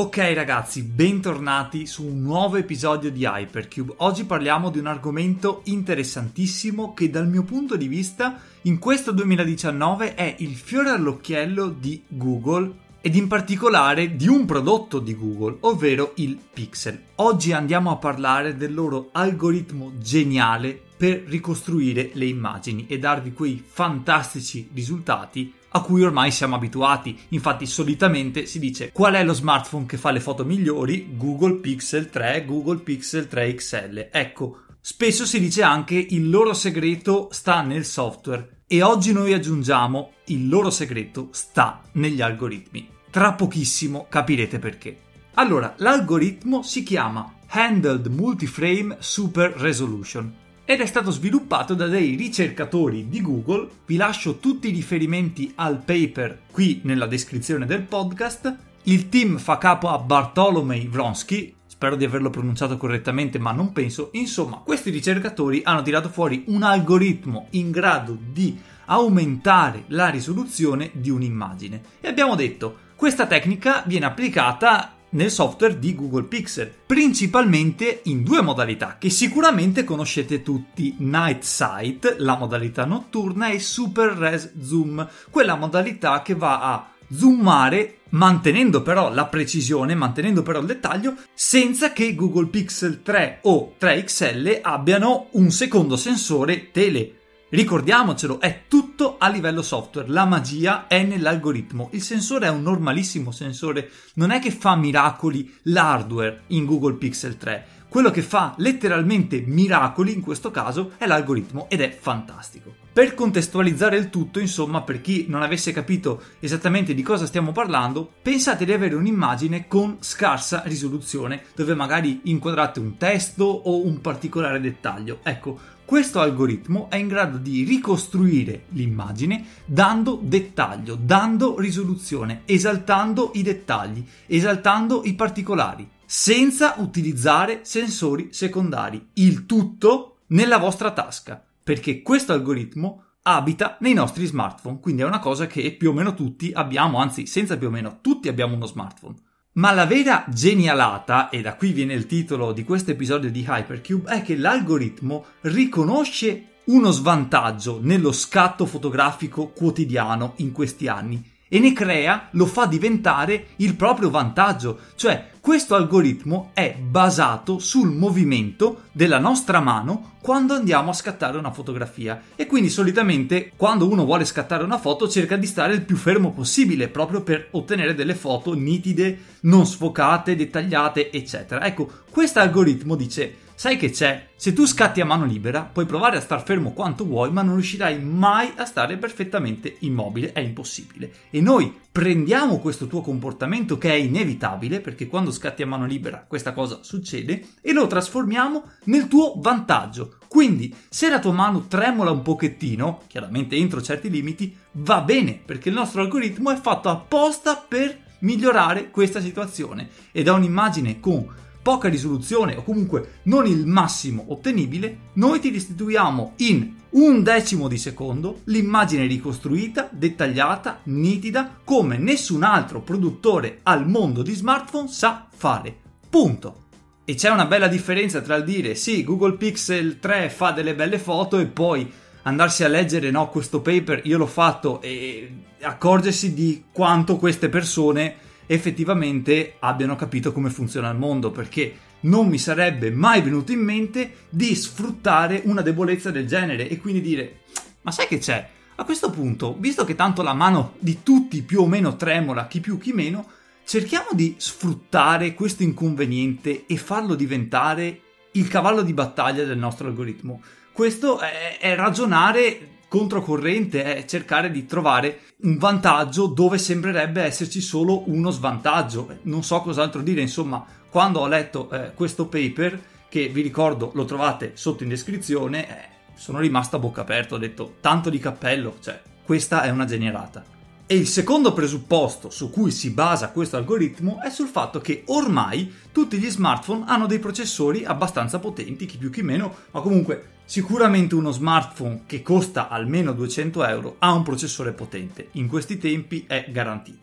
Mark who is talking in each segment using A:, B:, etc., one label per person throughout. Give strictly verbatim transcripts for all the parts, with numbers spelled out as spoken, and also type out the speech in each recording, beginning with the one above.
A: Ok ragazzi, bentornati su un nuovo episodio di Hypercube. Oggi parliamo di un argomento interessantissimo che dal mio punto di vista in questo duemiladiciannove è il fiore all'occhiello di Google ed in particolare di un prodotto di Google, ovvero il Pixel. Oggi andiamo a parlare del loro algoritmo geniale per ricostruire le immagini e darvi quei fantastici risultati a cui ormai siamo abituati. Infatti solitamente si dice: qual è lo smartphone che fa le foto migliori? Google Pixel tre, Google Pixel tre X L. Ecco, spesso si dice anche il loro segreto sta nel software e oggi noi aggiungiamo il loro segreto sta negli algoritmi. Tra pochissimo capirete perché. Allora, l'algoritmo si chiama Handled Multiframe Super Resolution ed è stato sviluppato da dei ricercatori di Google. Vi lascio tutti i riferimenti al paper qui nella descrizione del podcast. Il team fa capo a Bartolomew Wronski, spero di averlo pronunciato correttamente ma non penso. Insomma, questi ricercatori hanno tirato fuori un algoritmo in grado di aumentare la risoluzione di un'immagine e abbiamo detto: questa tecnica viene applicata nel software di Google Pixel, principalmente in due modalità che sicuramente conoscete tutti: Night Sight, la modalità notturna, e Super Res Zoom, quella modalità che va a zoomare mantenendo però la precisione, mantenendo però il dettaglio, senza che Google Pixel tre o tre X L abbiano un secondo sensore tele. Ricordiamocelo, è tutto a livello software, la magia è nell'algoritmo. Il sensore è un normalissimo sensore, non è che fa miracoli l'hardware in Google Pixel tre. Quello che fa letteralmente miracoli in questo caso è l'algoritmo ed è fantastico. Per contestualizzare il tutto, insomma, per chi non avesse capito esattamente di cosa stiamo parlando, pensate di avere un'immagine con scarsa risoluzione, dove magari inquadrate un testo o un particolare dettaglio. Ecco, questo algoritmo è in grado di ricostruire l'immagine dando dettaglio, dando risoluzione, esaltando i dettagli, esaltando i particolari, senza utilizzare sensori secondari. Il tutto nella vostra tasca, perché questo algoritmo abita nei nostri smartphone, quindi è una cosa che più o meno tutti abbiamo, anzi senza più o meno, tutti abbiamo uno smartphone. Ma la vera genialata, e da qui viene il titolo di questo episodio di Hypercube, è che l'algoritmo riconosce uno svantaggio nello scatto fotografico quotidiano in questi anni e ne crea, lo fa diventare il proprio vantaggio. Cioè, questo algoritmo è basato sul movimento della nostra mano quando andiamo a scattare una fotografia. E quindi solitamente quando uno vuole scattare una foto cerca di stare il più fermo possibile, proprio per ottenere delle foto nitide, non sfocate, dettagliate, eccetera. Ecco, questo algoritmo dice: sai che c'è? Se tu scatti a mano libera puoi provare a star fermo quanto vuoi, ma non riuscirai mai a stare perfettamente immobile, è impossibile. E noi prendiamo questo tuo comportamento, che è inevitabile, perché quando scatti a mano libera questa cosa succede, e lo trasformiamo nel tuo vantaggio. Quindi, se la tua mano tremola un pochettino, chiaramente entro certi limiti, va bene, perché il nostro algoritmo è fatto apposta per migliorare questa situazione. E da un'immagine con poca risoluzione o comunque non il massimo ottenibile, noi ti restituiamo in un decimo di secondo l'immagine ricostruita, dettagliata, nitida, come nessun altro produttore al mondo di smartphone sa fare. Punto. E c'è una bella differenza tra il dire sì, Google Pixel tre fa delle belle foto e poi andarsi a leggere no, questo paper, io l'ho fatto, e accorgersi di quanto queste persone effettivamente abbiano capito come funziona il mondo, perché non mi sarebbe mai venuto in mente di sfruttare una debolezza del genere e quindi dire: ma sai che c'è? A questo punto, visto che tanto la mano di tutti più o meno tremola, chi più chi meno, cerchiamo di sfruttare questo inconveniente e farlo diventare il cavallo di battaglia del nostro algoritmo. Questo è, è ragionare controcorrente, è cercare di trovare un vantaggio dove sembrerebbe esserci solo uno svantaggio. Non so cos'altro dire. Insomma, quando ho letto eh, questo paper, che vi ricordo lo trovate sotto in descrizione, eh, sono rimasto a bocca aperta, ho detto tanto di cappello, cioè questa è una genialata. E il secondo presupposto su cui si basa questo algoritmo è sul fatto che ormai tutti gli smartphone hanno dei processori abbastanza potenti, chi più chi meno, ma comunque sicuramente uno smartphone che costa almeno duecento euro ha un processore potente, in questi tempi è garantito.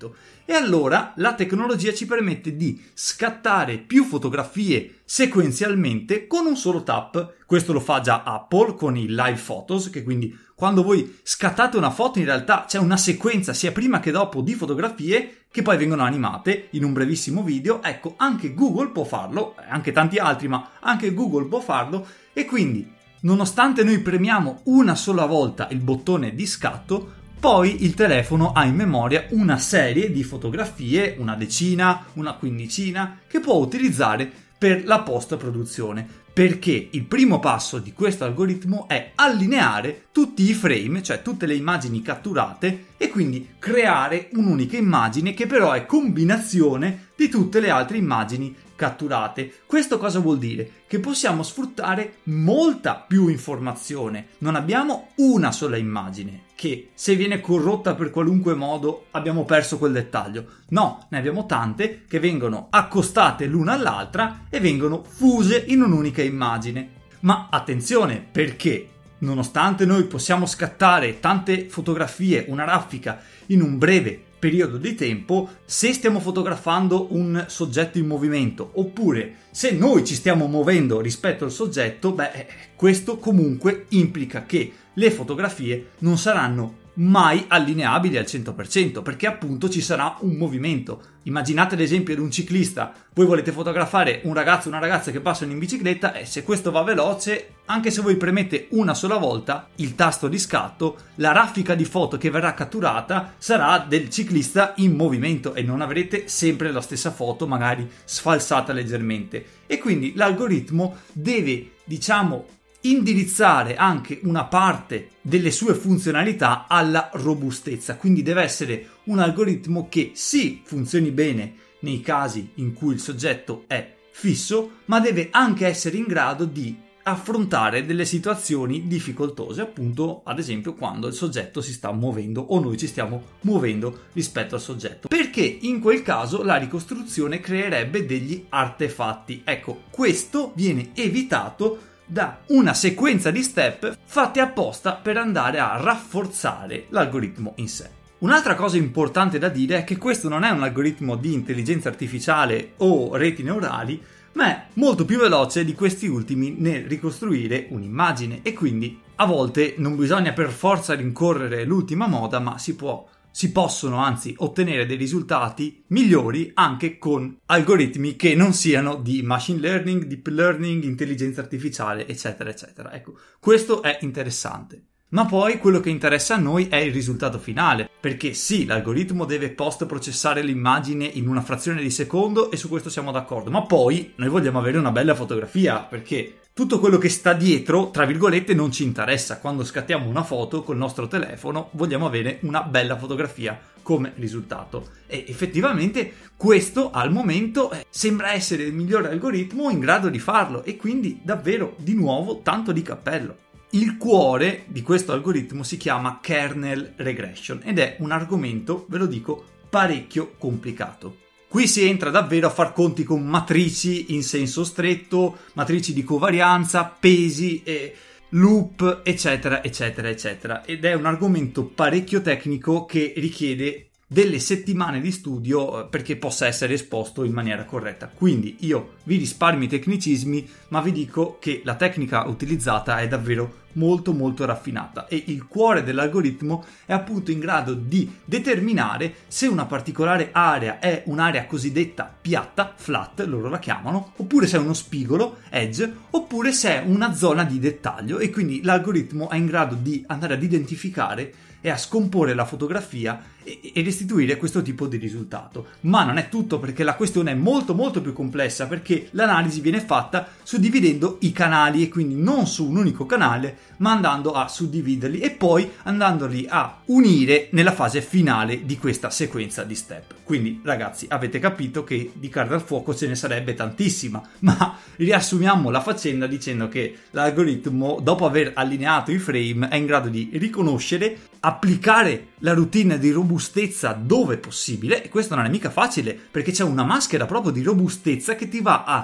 A: E allora la tecnologia ci permette di scattare più fotografie sequenzialmente con un solo tap. Questo lo fa già Apple con i Live Photos, che quindi quando voi scattate una foto in realtà c'è una sequenza sia prima che dopo di fotografie che poi vengono animate in un brevissimo video. Ecco, anche Google può farlo, anche tanti altri, ma anche Google può farlo, e quindi nonostante noi premiamo una sola volta il bottone di scatto, poi il telefono ha in memoria una serie di fotografie, una decina, una quindicina, che può utilizzare per la post-produzione, perché il primo passo di questo algoritmo è allineare tutti i frame, cioè tutte le immagini catturate, e quindi creare un'unica immagine che però è combinazione di tutte le altre immagini catturate. Questo cosa vuol dire? Che possiamo sfruttare molta più informazione. Non abbiamo una sola immagine che, se viene corrotta per qualunque modo, abbiamo perso quel dettaglio. No, ne abbiamo tante che vengono accostate l'una all'altra e vengono fuse in un'unica immagine. Ma attenzione, perché nonostante noi possiamo scattare tante fotografie, una raffica, in un breve periodo di tempo, se stiamo fotografando un soggetto in movimento oppure se noi ci stiamo muovendo rispetto al soggetto, beh, questo comunque implica che le fotografie non saranno mai allineabili al cento per cento, perché appunto ci sarà un movimento. Immaginate l'esempio di un ciclista: voi volete fotografare un ragazzo o una ragazza che passano in bicicletta, e se questo va veloce, anche se voi premete una sola volta il tasto di scatto, la raffica di foto che verrà catturata sarà del ciclista in movimento e non avrete sempre la stessa foto, magari sfalsata leggermente. E quindi l'algoritmo deve, diciamo, indirizzare anche una parte delle sue funzionalità alla robustezza, quindi deve essere un algoritmo che sì funzioni bene nei casi in cui il soggetto è fisso, ma deve anche essere in grado di affrontare delle situazioni difficoltose, appunto ad esempio quando il soggetto si sta muovendo o noi ci stiamo muovendo rispetto al soggetto, perché in quel caso la ricostruzione creerebbe degli artefatti. Ecco, questo viene evitato da una sequenza di step fatte apposta per andare a rafforzare l'algoritmo in sé. Un'altra cosa importante da dire è che questo non è un algoritmo di intelligenza artificiale o reti neurali, ma è molto più veloce di questi ultimi nel ricostruire un'immagine, e quindi a volte non bisogna per forza rincorrere l'ultima moda, ma si può si possono anzi ottenere dei risultati migliori anche con algoritmi che non siano di machine learning, deep learning, intelligenza artificiale, eccetera, eccetera. Ecco, questo è interessante. Ma poi quello che interessa a noi è il risultato finale, perché sì, l'algoritmo deve post-processare l'immagine in una frazione di secondo e su questo siamo d'accordo, ma poi noi vogliamo avere una bella fotografia, perché tutto quello che sta dietro, tra virgolette, non ci interessa. Quando scattiamo una foto col nostro telefono vogliamo avere una bella fotografia come risultato, e effettivamente questo al momento eh, sembra essere il migliore algoritmo in grado di farlo, e quindi davvero di nuovo tanto di cappello. Il cuore di questo algoritmo si chiama kernel regression ed è un argomento, ve lo dico, parecchio complicato. Qui si entra davvero a far conti con matrici in senso stretto, matrici di covarianza, pesi e loop, eccetera, eccetera, eccetera. Ed è un argomento parecchio tecnico che richiede delle settimane di studio perché possa essere esposto in maniera corretta. Quindi io vi risparmio i tecnicismi, ma vi dico che la tecnica utilizzata è davvero molto molto raffinata, e il cuore dell'algoritmo è appunto in grado di determinare se una particolare area è un'area cosiddetta piatta, flat loro la chiamano, oppure se è uno spigolo, edge, oppure se è una zona di dettaglio, e quindi l'algoritmo è in grado di andare ad identificare e a scomporre la fotografia e, e restituire questo tipo di risultato. Ma non è tutto, perché la questione è molto molto più complessa, perché l'analisi viene fatta suddividendo i canali, e quindi non su un unico canale, ma andando a suddividerli e poi andandoli a unire nella fase finale di questa sequenza di step. Quindi ragazzi, avete capito che di carne al fuoco ce ne sarebbe tantissima, ma riassumiamo la faccenda dicendo che l'algoritmo, dopo aver allineato i frame, è in grado di riconoscere, applicare la routine di robustezza dove possibile, e questo non è mica facile, perché c'è una maschera proprio di robustezza che ti va a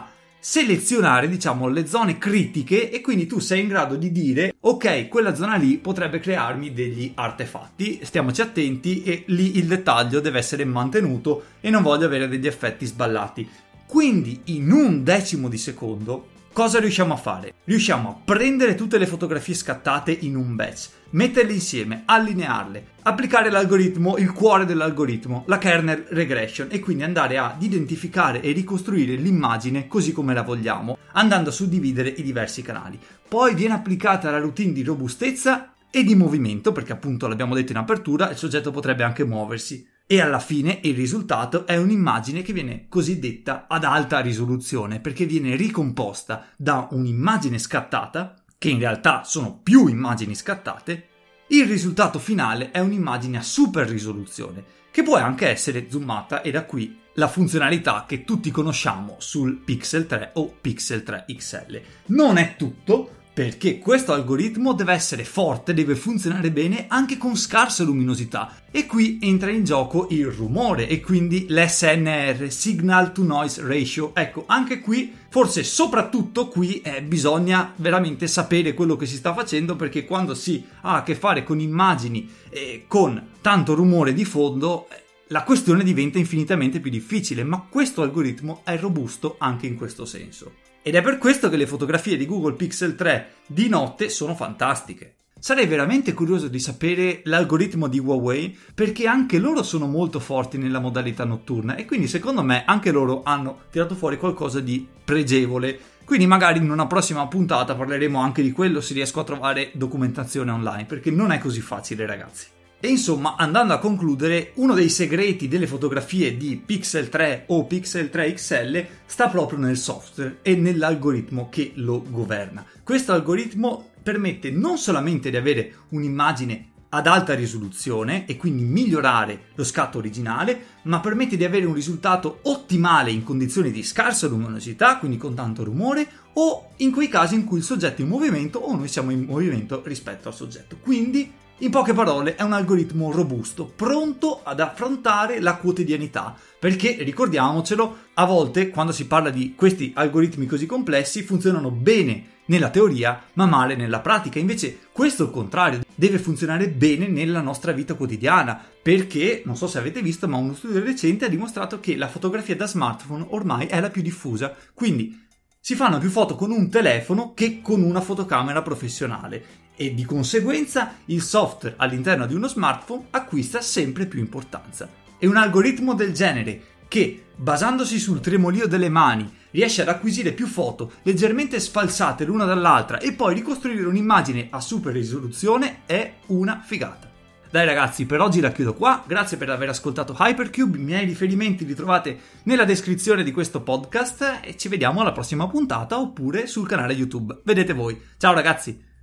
A: selezionare, diciamo, le zone critiche e quindi tu sei in grado di dire ok, quella zona lì potrebbe crearmi degli artefatti, stiamoci attenti, e lì il dettaglio deve essere mantenuto e non voglio avere degli effetti sballati. Quindi in un decimo di secondo cosa riusciamo a fare? Riusciamo a prendere tutte le fotografie scattate in un batch, metterle insieme, allinearle, applicare l'algoritmo, il cuore dell'algoritmo, la kernel regression, e quindi andare ad identificare e ricostruire l'immagine così come la vogliamo, andando a suddividere i diversi canali. Poi viene applicata la routine di robustezza e di movimento, perché appunto l'abbiamo detto in apertura, il soggetto potrebbe anche muoversi. E alla fine il risultato è un'immagine che viene cosiddetta ad alta risoluzione, perché viene ricomposta da un'immagine scattata, che in realtà sono più immagini scattate. Il risultato finale è un'immagine a super risoluzione, che può anche essere zoomata, e da qui la funzionalità che tutti conosciamo sul Pixel tre o Pixel tre X L. Non è tutto, perché questo algoritmo deve essere forte, deve funzionare bene anche con scarsa luminosità, e qui entra in gioco il rumore e quindi l'S N R, Signal to Noise Ratio. Ecco, anche qui, forse soprattutto qui, eh, bisogna veramente sapere quello che si sta facendo, perché quando si ha a che fare con immagini eh, con tanto rumore di fondo, eh, la questione diventa infinitamente più difficile, ma questo algoritmo è robusto anche in questo senso. Ed è per questo che le fotografie di Google Pixel tre di notte sono fantastiche. Sarei veramente curioso di sapere l'algoritmo di Huawei, perché anche loro sono molto forti nella modalità notturna e quindi secondo me anche loro hanno tirato fuori qualcosa di pregevole. Quindi magari in una prossima puntata parleremo anche di quello, se riesco a trovare documentazione online, perché non è così facile, ragazzi. E insomma, andando a concludere, uno dei segreti delle fotografie di Pixel tre o Pixel tre X L sta proprio nel software e nell'algoritmo che lo governa. Questo algoritmo permette non solamente di avere un'immagine ad alta risoluzione e quindi migliorare lo scatto originale, ma permette di avere un risultato ottimale in condizioni di scarsa luminosità, quindi con tanto rumore, o in quei casi in cui il soggetto è in movimento o noi siamo in movimento rispetto al soggetto. Quindi, in poche parole, è un algoritmo robusto, pronto ad affrontare la quotidianità, perché, ricordiamocelo, a volte quando si parla di questi algoritmi così complessi funzionano bene nella teoria ma male nella pratica. Invece questo è il contrario, deve funzionare bene nella nostra vita quotidiana, perché, non so se avete visto, ma uno studio recente ha dimostrato che la fotografia da smartphone ormai è la più diffusa, quindi si fanno più foto con un telefono che con una fotocamera professionale. E di conseguenza il software all'interno di uno smartphone acquista sempre più importanza. E un algoritmo del genere che, basandosi sul tremolio delle mani, riesce ad acquisire più foto leggermente sfalsate l'una dall'altra e poi ricostruire un'immagine a super risoluzione è una figata. Dai ragazzi, per oggi la chiudo qua, grazie per aver ascoltato Hypercube, i miei riferimenti li trovate nella descrizione di questo podcast e ci vediamo alla prossima puntata oppure sul canale YouTube, vedete voi. Ciao ragazzi!